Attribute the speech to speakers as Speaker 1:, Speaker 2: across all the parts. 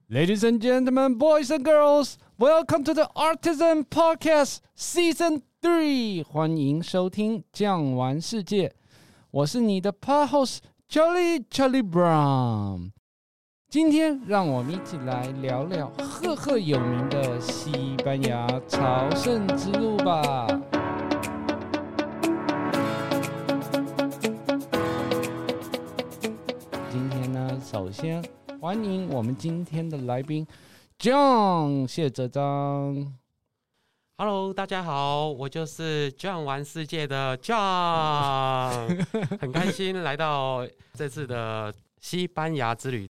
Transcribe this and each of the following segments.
Speaker 1: Ladies and gentlemen, boys and girls, welcome to the Artisan Podcast Season 3， 欢迎收听酱玩世界，我是你的 Pod Host Charlie Brown。今天让我们一起来聊聊赫赫有名的西班牙朝圣之路吧。今天呢，首先欢迎我们今天的来宾 John 谢哲章。
Speaker 2: Hello， 大家好，我就是 John 玩世界的 John， 很开心来到这次的西班牙之旅。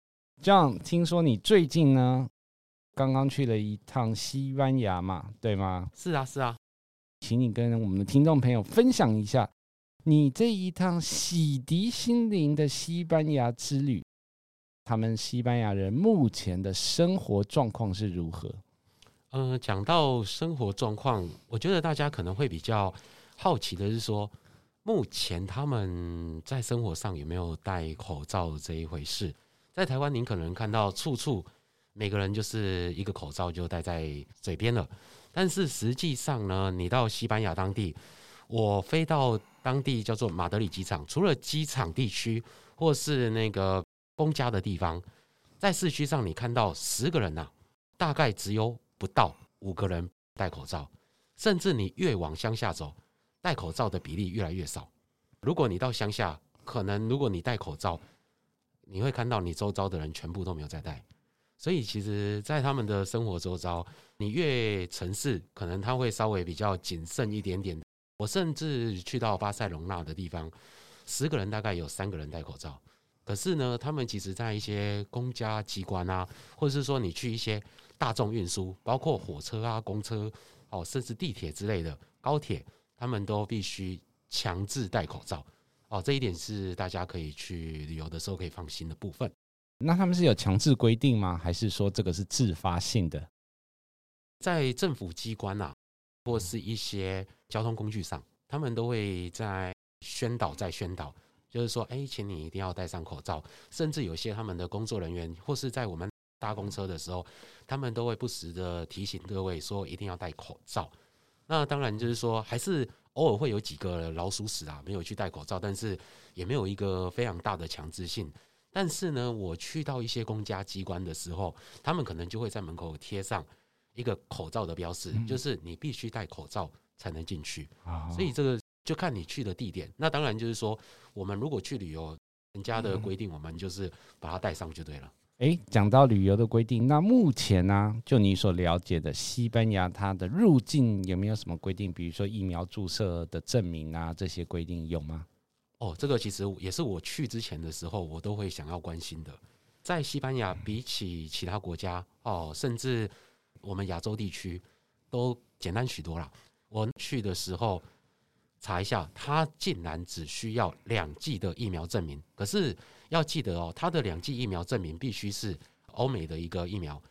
Speaker 1: John， 听说你最近呢刚刚去了一趟西班牙嘛，对吗？
Speaker 2: 是啊，是啊。
Speaker 1: 请你跟我们的听众朋友分享一下你这一趟洗涤心灵的西班牙之旅，他们西班牙人目前的生活状况是如何？
Speaker 2: 讲到生活状况，我觉得大家可能会比较好奇的是说，目前他们在生活上有没有戴口罩这一回事？在台湾，您可能看到处处每个人就是一个口罩就戴在嘴边了，但是实际上呢，你到西班牙当地，我飞到当地叫做马德里机场，除了机场地区或是那个公家的地方，在市区上你看到10个人大概只有不到5个人戴口罩，甚至你越往乡下走，戴口罩的比例越来越少。如果你到乡下，可能如果你戴口罩，你会看到你周遭的人全部都没有在戴。所以其实在他们的生活周遭，你越城市可能他会稍微比较谨慎一点点。我甚至去到巴塞隆纳的地方，10个人大概有3个人戴口罩。可是呢，他们其实在一些公家机关或者是说你去一些大众运输，包括火车公车甚至地铁之类的高铁，他们都必须强制戴口罩。这一点是大家可以去旅游的时候可以放心的部分。
Speaker 1: 那他们是有强制规定吗？还是说这个是自发性的？
Speaker 2: 在政府机关或是一些交通工具上，他们都会在宣导，就是说请你一定要戴上口罩。甚至有些他们的工作人员或是在我们搭公车的时候，他们都会不时的提醒各位说一定要戴口罩。那当然就是说还是偶尔会有几个老鼠屎没有去戴口罩，但是也没有一个非常大的强制性。但是呢，我去到一些公家机关的时候，他们可能就会在门口贴上一个口罩的标示，就是你必须戴口罩才能进去。所以这个就看你去的地点。那当然就是说，我们如果去旅游，人家的规定我们就是把它带上就对了。
Speaker 1: 讲到旅游的规定，那目前就你所了解的西班牙，它的入境有没有什么规定？比如说疫苗注射的证明这些规定有吗？
Speaker 2: 这个其实也是我去之前的时候，我都会想要关心的。在西班牙，比起其他国家甚至我们亚洲地区，都简单许多啦。我去的时候查一下，它竟然只需要2剂的疫苗证明。可是要记得它的2剂疫苗证明必须是欧美的一个疫苗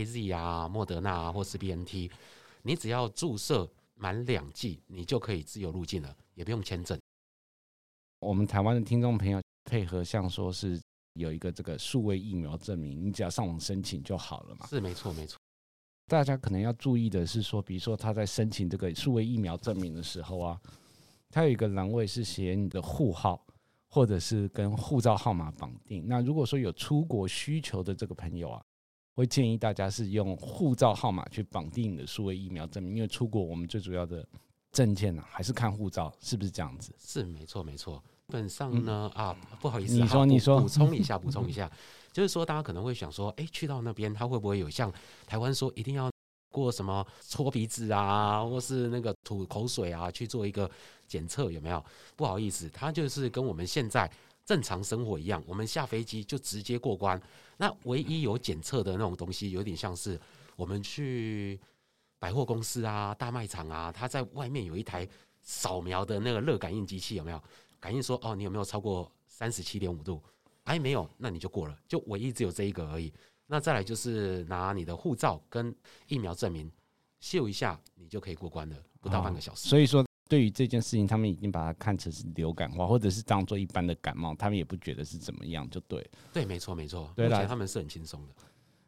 Speaker 2: AZ 莫德纳或是 BNT。你只要注射满2剂，你就可以自由入境了，也不用签证。
Speaker 1: 我们台湾的听众朋友配合，像说是有一个这个数位疫苗证明，你只要上网申请就好了嘛。
Speaker 2: 是没错没错。
Speaker 1: 大家可能要注意的是说，比如说他在申请这个数位疫苗证明的时候他有一个栏位是写你的户号，或者是跟护照号码绑定。那如果说有出国需求的这个朋友会建议大家是用护照号码去绑定你的数位疫苗证明，因为出国我们最主要的证件还是看护照，是不是这样子？
Speaker 2: 是没错没错。基本上呢不好意思，
Speaker 1: 你说
Speaker 2: 补充一下就是说大家可能会想说去到那边他会不会有像台湾说一定要过什么搓鼻子或是那个吐口水去做一个检测，有没有？不好意思，他就是跟我们现在正常生活一样，我们下飞机就直接过关。那唯一有检测的那种东西，有点像是我们去百货公司大卖场它在外面有一台扫描的那个热感应机器，有没有？感应说你有没有超过37.5度？没有，那你就过了，就唯一只有这一个而已。那再来就是拿你的护照跟疫苗证明秀一下，你就可以过关了，不到半个小时。
Speaker 1: 所以说对于这件事情，他们已经把它看成是流感化，或者是当做一般的感冒，他们也不觉得是怎么样，就对了。
Speaker 2: 对，没错没错，
Speaker 1: 对啦，
Speaker 2: 目前他们是很轻松的。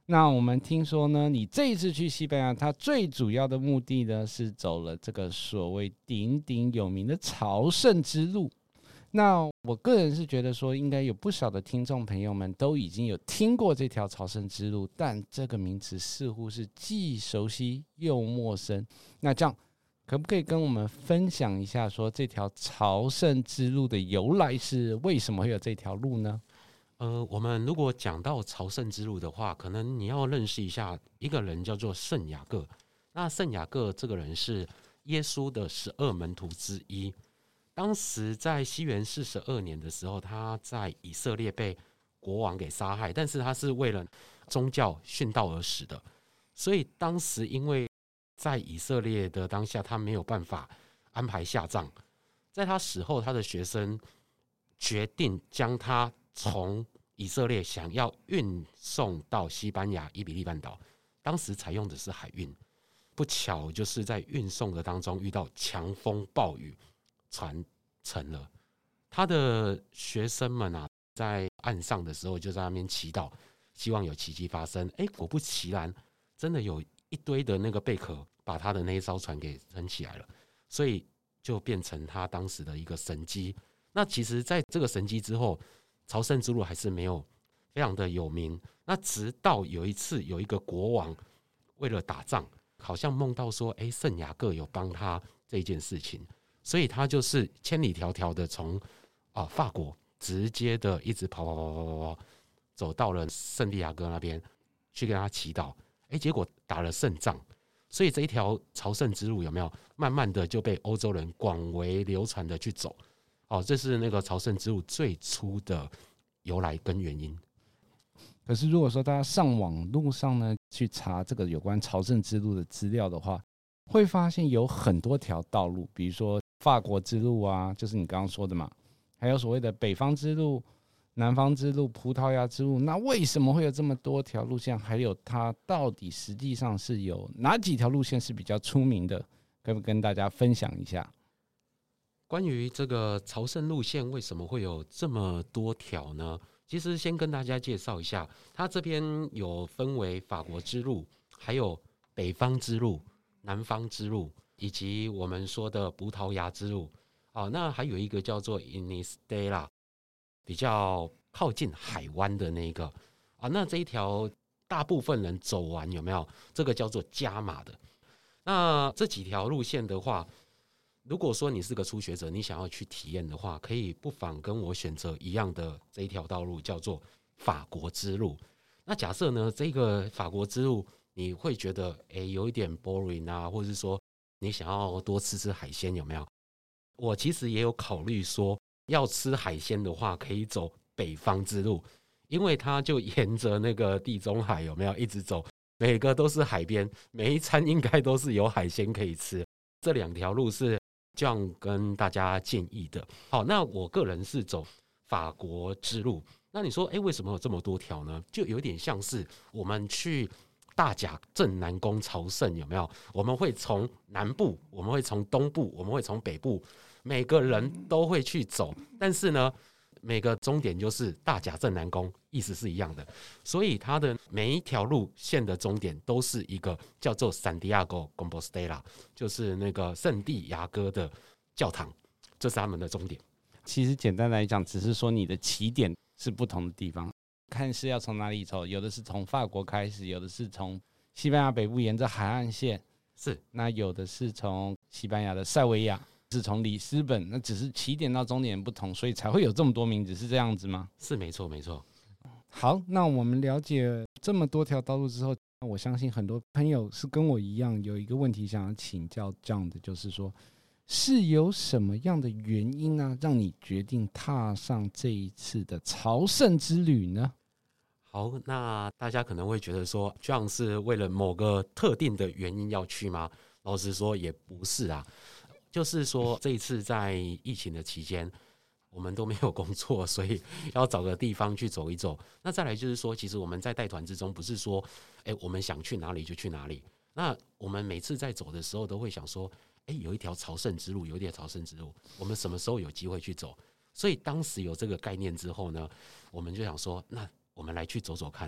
Speaker 1: 那我们听说呢，你这一次去西班牙，它最主要的目的呢是走了这个所谓鼎鼎有名的朝圣之路。那我个人是觉得说，应该有不少的听众朋友们都已经有听过这条朝圣之路，但这个名词似乎是既熟悉又陌生。那这样可不可以跟我们分享一下，说这条朝圣之路的由来是为什么会有这条路呢？
Speaker 2: 我们如果讲到朝圣之路的话，可能你要认识一下一个人叫做圣雅各。那圣雅各这个人是耶稣的12门徒之一。当时在西元42年的时候，他在以色列被国王给杀害，但是他是为了宗教殉道而死的。所以当时因为在以色列的当下，他没有办法安排下葬，在他死后，他的学生决定将他从以色列想要运送到西班牙伊比利半岛，当时采用的是海运，不巧就是在运送的当中遇到强风暴雨，船沉了。他的学生们啊，在岸上的时候就在那边祈祷，希望有奇迹发生。果不其然，真的有一堆的那个贝壳把他的那一艘船给撑起来了，所以就变成他当时的一个神迹。那其实在这个神迹之后，朝圣之路还是没有非常的有名。那直到有一次有一个国王为了打仗，好像梦到说圣雅各有帮他这件事情，所以他就是千里迢迢的从法国直接的一直跑走到了圣地亚哥那边去跟他祈祷，结果打了胜仗。所以这一条朝圣之路有没有慢慢的就被欧洲人广为流传的去走。这是那个朝圣之路最初的由来跟原因。
Speaker 1: 可是如果说大家上网路上呢去查这个有关朝圣之路的资料的话，会发现有很多条道路，比如说法国之路啊，就是你刚刚说的嘛，还有所谓的北方之路、南方之路、葡萄牙之路。那为什么会有这么多条路线？还有它到底实际上是有哪几条路线是比较出名的？可不可以跟大家分享一下？
Speaker 2: 关于这个朝圣路线为什么会有这么多条呢？其实先跟大家介绍一下，它这边有分为法国之路，还有北方之路、南方之路，以及我们说的葡萄牙之路。那还有一个叫做 Inistela， 比较靠近海湾的那个那这一条大部分人走完有没有？这个叫做加码的。那这几条路线的话，如果说你是个初学者，你想要去体验的话，可以不妨跟我选择一样的这一条道路，叫做法国之路。那假设呢，这个法国之路你会觉得有一点 boring 啊，或者是说你想要多吃吃海鲜，有没有？我其实也有考虑说，要吃海鲜的话，可以走北方之路，因为它就沿着那个地中海有没有一直走，每个都是海边，每一餐应该都是有海鲜可以吃。这两条路是这样跟大家建议的。好，那我个人是走法国之路。那你说为什么有这么多条呢？就有点像是我们去大甲镇南宫朝圣，有没有？我们会从南部，我们会从东部，我们会从北部，每个人都会去走，但是呢每个终点就是大甲镇南宫，意思是一样的。所以它的每一条路线的终点都是一个叫做 Santiago Compostela， 就是那个圣地亚哥的教堂，这是他们的终点。
Speaker 1: 其实简单来讲，只是说你的起点是不同的地方，看是要从哪里走，有的是从法国开始，有的是从西班牙北部沿着海岸线，
Speaker 2: 是，那
Speaker 1: 有的是从西班牙的塞维亚，是从里斯本，那只是起点到终点不同，所以才会有这么多名字，是这样子吗？
Speaker 2: 是，没错没错。
Speaker 1: 好，那我们了解这么多条道路之后，我相信很多朋友是跟我一样有一个问题想要请教这样的，就是说是有什么样的原因啊，让你决定踏上这一次的朝圣之旅呢？
Speaker 2: 好，那大家可能会觉得说，这样是为了某个特定的原因要去吗？老实说也不是啊，就是说这一次在疫情的期间，我们都没有工作，所以要找个地方去走一走。那再来就是说，其实我们在带团之中，不是说我们想去哪里就去哪里。那我们每次在走的时候都会想说，有一条朝圣之路，有一条朝圣之路，我们什么时候有机会去走？所以当时有这个概念之后呢，我们就想说，那我们来去走走看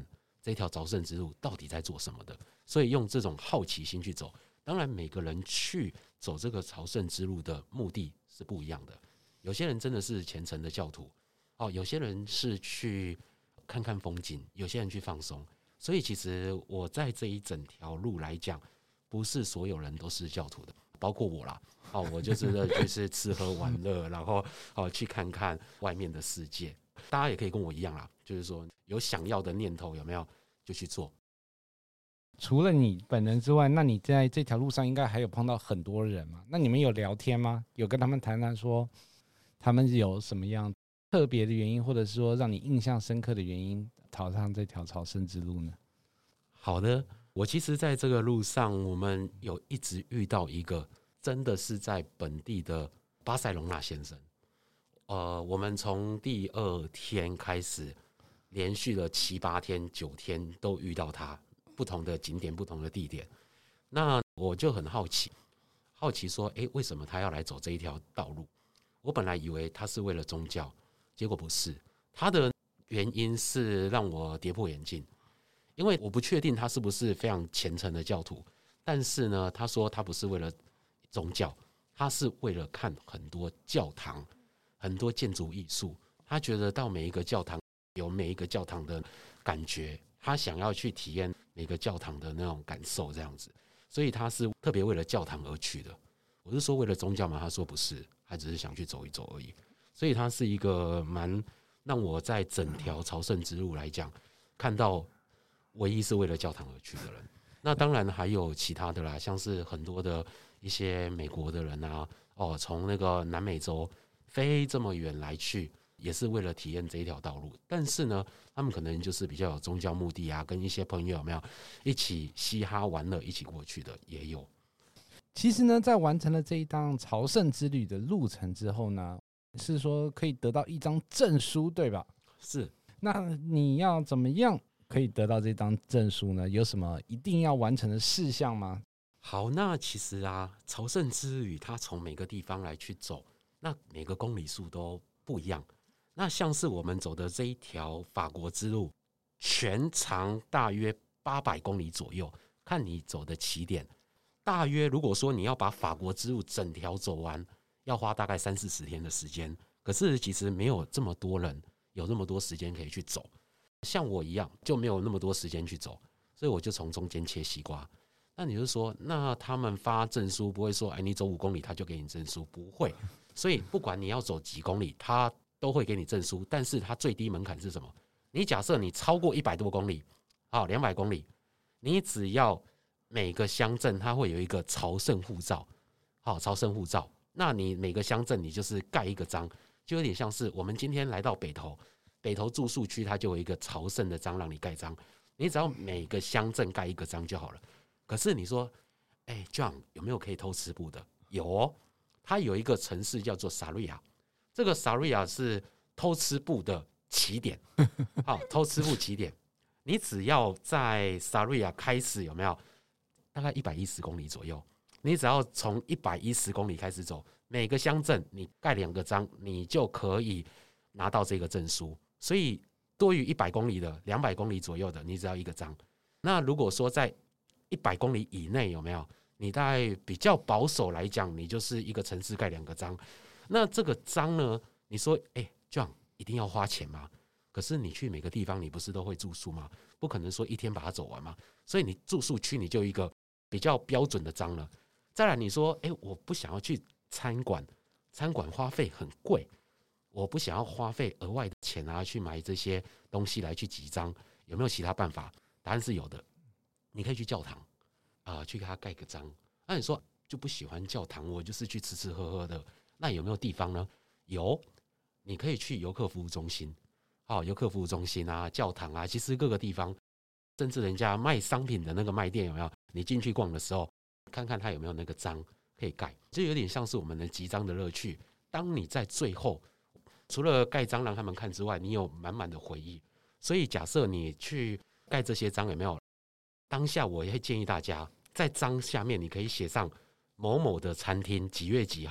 Speaker 2: 这条朝圣之路到底在做什么的，所以用这种好奇心去走。当然每个人去走这个朝圣之路的目的是不一样的，有些人真的是虔诚的教徒，有些人是去看看风景，有些人去放松。所以其实我在这一整条路来讲，不是所有人都是教徒的，包括我啦。我就真的就是吃喝玩乐，然后去看看外面的世界。大家也可以跟我一样啦，就是说有想要的念头有没有就去做。
Speaker 1: 除了你本人之外，那你在这条路上应该还有碰到很多人嘛？那你们有聊天吗？有跟他们谈谈说他们有什么样特别的原因，或者是说让你印象深刻的原因踏上这条朝圣之路呢？
Speaker 2: 好的，我其实在这个路上，我们有一直遇到一个真的是在本地的巴塞隆纳先生。我们从第2天开始，连续了7、8天、9天都遇到他，不同的景点、不同的地点。那我就很好奇说，为什么他要来走这一条道路？我本来以为他是为了宗教，结果不是。他的原因是让我跌破眼镜，因为我不确定他是不是非常虔诚的教徒，但是呢，他说他不是为了宗教，他是为了看很多教堂、很多建筑艺术。他觉得到每一个教堂有每一个教堂的感觉，他想要去体验每个教堂的那种感受，这样子。所以他是特别为了教堂而去的。我是说为了宗教吗？他说不是，他只是想去走一走而已。所以他是一个蛮让我在整条朝圣之路来讲，看到唯一是为了教堂而去的人。那当然还有其他的啦，像是很多的一些美国的人啊，从那个南美洲飞这么远来去，也是为了体验这一条道路。但是呢，他们可能就是比较有宗教目的啊，跟一些朋友有没有一起嘻哈玩乐一起过去的也有。
Speaker 1: 其实呢，在完成了这一趟朝圣之旅的路程之后呢，是说可以得到一张证书，对吧？
Speaker 2: 是。
Speaker 1: 那你要怎么样可以得到这张证书呢？有什么一定要完成的事项吗？
Speaker 2: 好，那其实啊，朝圣之旅它从每个地方来去走，那每个公里数都不一样。那像是我们走的这一条法国之路，全长大约800公里左右，看你走的起点。大约如果说你要把法国之路整条走完，要花大概30-40天的时间。可是其实没有这么多人有那么多时间可以去走，像我一样就没有那么多时间去走，所以我就从中间切西瓜。那你就说，那他们发证书不会说，你走5公里他就给你证书，不会。所以不管你要走几公里，他都会给你证书，但是他最低门槛是什么？你假设你超过100多公里，200公里，你只要每个乡镇它会有一个朝圣护照，朝圣护照，那你每个乡镇你就是盖一个章，就有点像是我们今天来到北投住宿区，它就有一个朝圣的章让你盖章，你只要每个乡镇盖一个章就好了。可是你说John 有没有可以偷吃布的？有哦，它有一个城市叫做萨瑞亚，这个萨瑞亚是偷吃布的起点。好，偷吃布起点，你只要在萨瑞亚开始有没有大概110公里左右，你只要从110公里开始走，每个乡镇你盖2个章，你就可以拿到这个证书。所以多于100公里的200公里左右的，你只要1个章。那如果说在100公里以内有没有，你大概比较保守来讲，你就是一个城市盖2个章。那这个章呢，你说John 一定要花钱吗？可是你去每个地方你不是都会住宿吗？不可能说1天把它走完嘛。所以你住宿区你就一个比较标准的章了。再来你说我不想要去餐馆花费很贵，我不想要花费额外的钱啊去买这些东西来去集章，有没有其他办法？答案是有的。你可以去教堂去给他盖个章。那你说就不喜欢教堂，我就是去吃吃喝喝的，那有没有地方呢？有，你可以去游客服务中心，游客服务中心啊，教堂啊，其实各个地方，甚至人家卖商品的那个卖店有没有？你进去逛的时候，看看他有没有那个章可以盖，就有点像是我们的集章的乐趣。当你在最后，除了盖章让他们看之外，你有满满的回忆。所以假设你去盖这些章有没有？当下我也会建议大家，在章下面你可以写上某某的餐厅几月几号，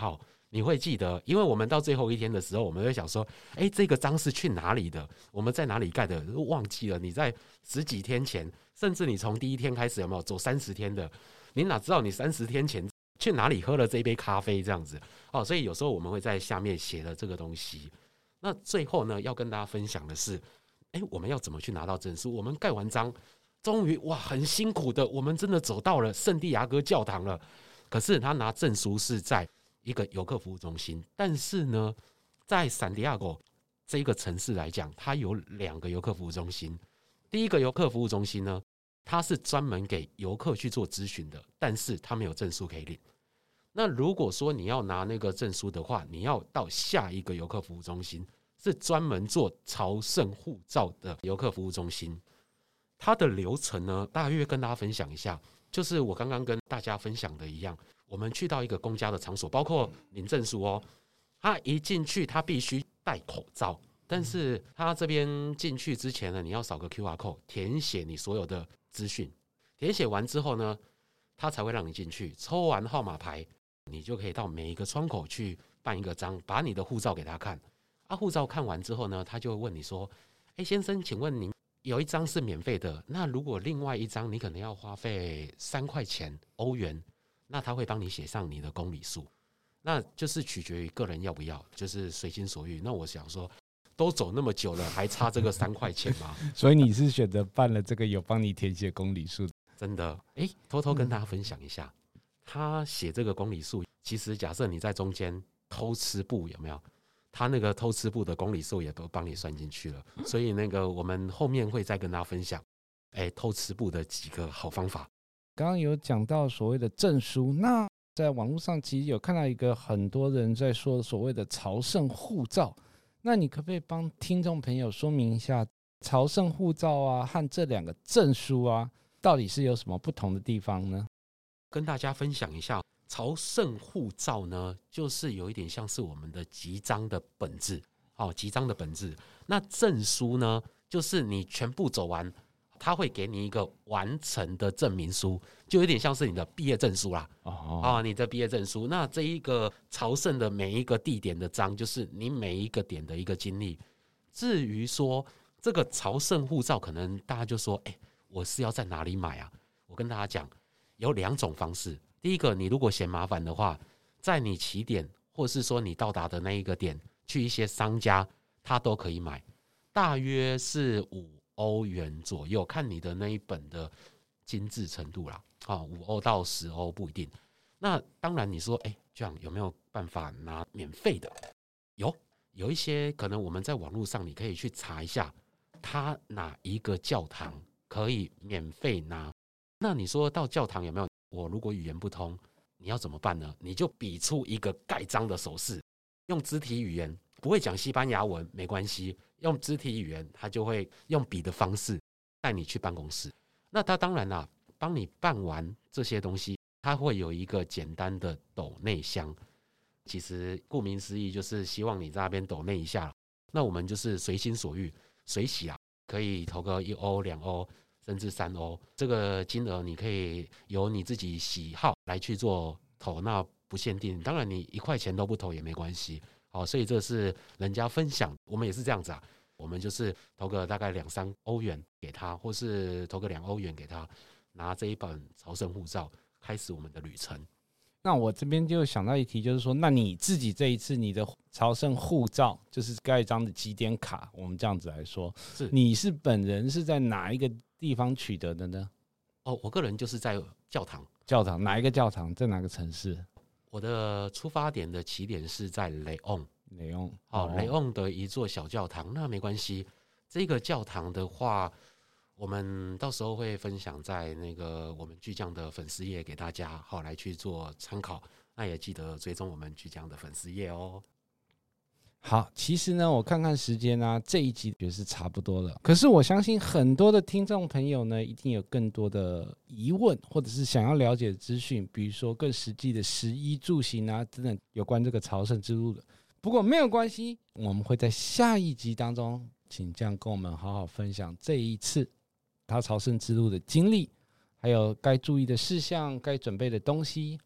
Speaker 2: 你会记得，因为我们到最后一天的时候，我们会想说，这个章是去哪里的？我们在哪里盖的？忘记了。你在10几天前，甚至你从第一天开始有没有走30天的？你哪知道你30天前去哪里喝了这一杯咖啡这样子？所以有时候我们会在下面写了这个东西。那最后呢，要跟大家分享的是，我们要怎么去拿到证书？我们盖完章，终于哇，很辛苦的，我们真的走到了圣地亚哥教堂了。可是他拿证书是在一个游客服务中心，但是呢，在圣地亚哥这个城市来讲，它有2个游客服务中心。第一个游客服务中心呢，它是专门给游客去做咨询的，但是它没有证书可以领。那如果说你要拿那个证书的话，你要到下一个游客服务中心，是专门做朝圣护照的游客服务中心。它的流程呢，大约跟大家分享一下，就是我刚刚跟大家分享的一样，我们去到一个公家的场所，包括领证书哦，他一进去他必须戴口罩，但是他这边进去之前呢，你要扫个 QR code， 填写你所有的资讯，填写完之后呢，他才会让你进去，抽完号码牌，你就可以到每一个窗口去办一个章，把你的护照给他看。护照看完之后呢，他就会问你说，先生，请问您有一张是免费的，那如果另外一张你可能要花费3块钱欧元，那他会帮你写上你的公里数，那就是取决于个人要不要，就是随心所欲。那我想说，都走那么久了，还差这个3块钱吗？
Speaker 1: 所以你是选择办了这个有帮你填写公里数？
Speaker 2: 真的，偷偷跟大家分享一下，他写这个公里数，其实假设你在中间偷吃步，有没有？他那个偷吃步的公里数也都帮你算进去了，所以那个我们后面会再跟大家分享，偷吃步的几个好方法。
Speaker 1: 刚刚有讲到所谓的证书，那在网络上其实有看到一个很多人在说所谓的朝圣护照，那你可不可以帮听众朋友说明一下朝圣护照啊和这2个证书啊到底是有什么不同的地方呢？
Speaker 2: 跟大家分享一下，朝圣护照呢，就是有一点像是我们的集章的本质，集章的本质。那证书呢，就是你全部走完，他会给你一个完成的证明书，就有点像是你的毕业证书啦。你的毕业证书。那这一个朝圣的每一个地点的章，就是你每一个点的一个经历。至于说这个朝圣护照，可能大家就说，我是要在哪里买啊？我跟大家讲，有2种方式。第一个，你如果嫌麻烦的话，在你起点或是说你到达的那一个点，去一些商家，他都可以买，大约是5欧元左右，看你的那一本的精致程度啦，5欧到10欧不一定。那当然你说，这样有没有办法拿免费的？有一些可能我们在网络上你可以去查一下，他哪一个教堂可以免费拿。那你说到教堂有没有？我如果语言不通，你要怎么办呢？你就比出一个盖章的手势，用肢体语言，不会讲西班牙文没关系，用肢体语言，他就会用笔的方式带你去办公室。那他当然啦，帮你办完这些东西，他会有一个简单的斗内箱。其实顾名思义，就是希望你在那边斗内一下。那我们就是随心所欲，随喜啊，可以投个1欧、2欧。甚至3欧，这个金额你可以由你自己喜好来去做投，那不限定。当然你1块钱都不投也没关系，所以这是人家分享，我们也是这样子啊。我们就是投个大概2-3欧元给他，或是投个2欧元给他，拿这一本朝圣护照开始我们的旅程。
Speaker 1: 那我这边就想到一题，就是说，那你自己这一次你的朝圣护照，就是盖章的集点卡，我们这样子来说，你是本人是在哪一个地方取得的呢？
Speaker 2: 我个人就是在教堂。
Speaker 1: 哪一个教堂？在哪个城市？
Speaker 2: 我的出发点的起点是在雷昂。雷昂的一座小教堂。那没关系，这个教堂的话，我们到时候会分享在那个我们巨匠的粉丝页给大家，好来去做参考。那也记得追踪我们巨匠的粉丝页哦。
Speaker 1: 好，其实呢，我看看时间啊，这一集也是差不多了。可是我相信很多的听众朋友呢，一定有更多的疑问，或者是想要了解的资讯，比如说更实际的食衣住行啊等等有关这个朝圣之路的。不过没有关系，我们会在下一集当中，请这样跟我们好好分享这一次他朝圣之路的经历，还有该注意的事项、该准备的东西。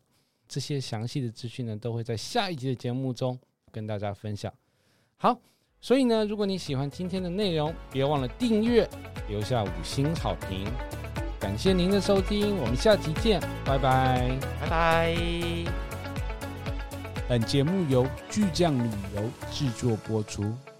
Speaker 1: 这些详细的资讯呢，都会在下一集的节目中跟大家分享。好，所以呢，如果你喜欢今天的内容，别忘了订阅，留下5星好评。感谢您的收听，我们下集见，拜拜，
Speaker 2: 拜拜。
Speaker 1: 本节目由巨匠旅游制作播出。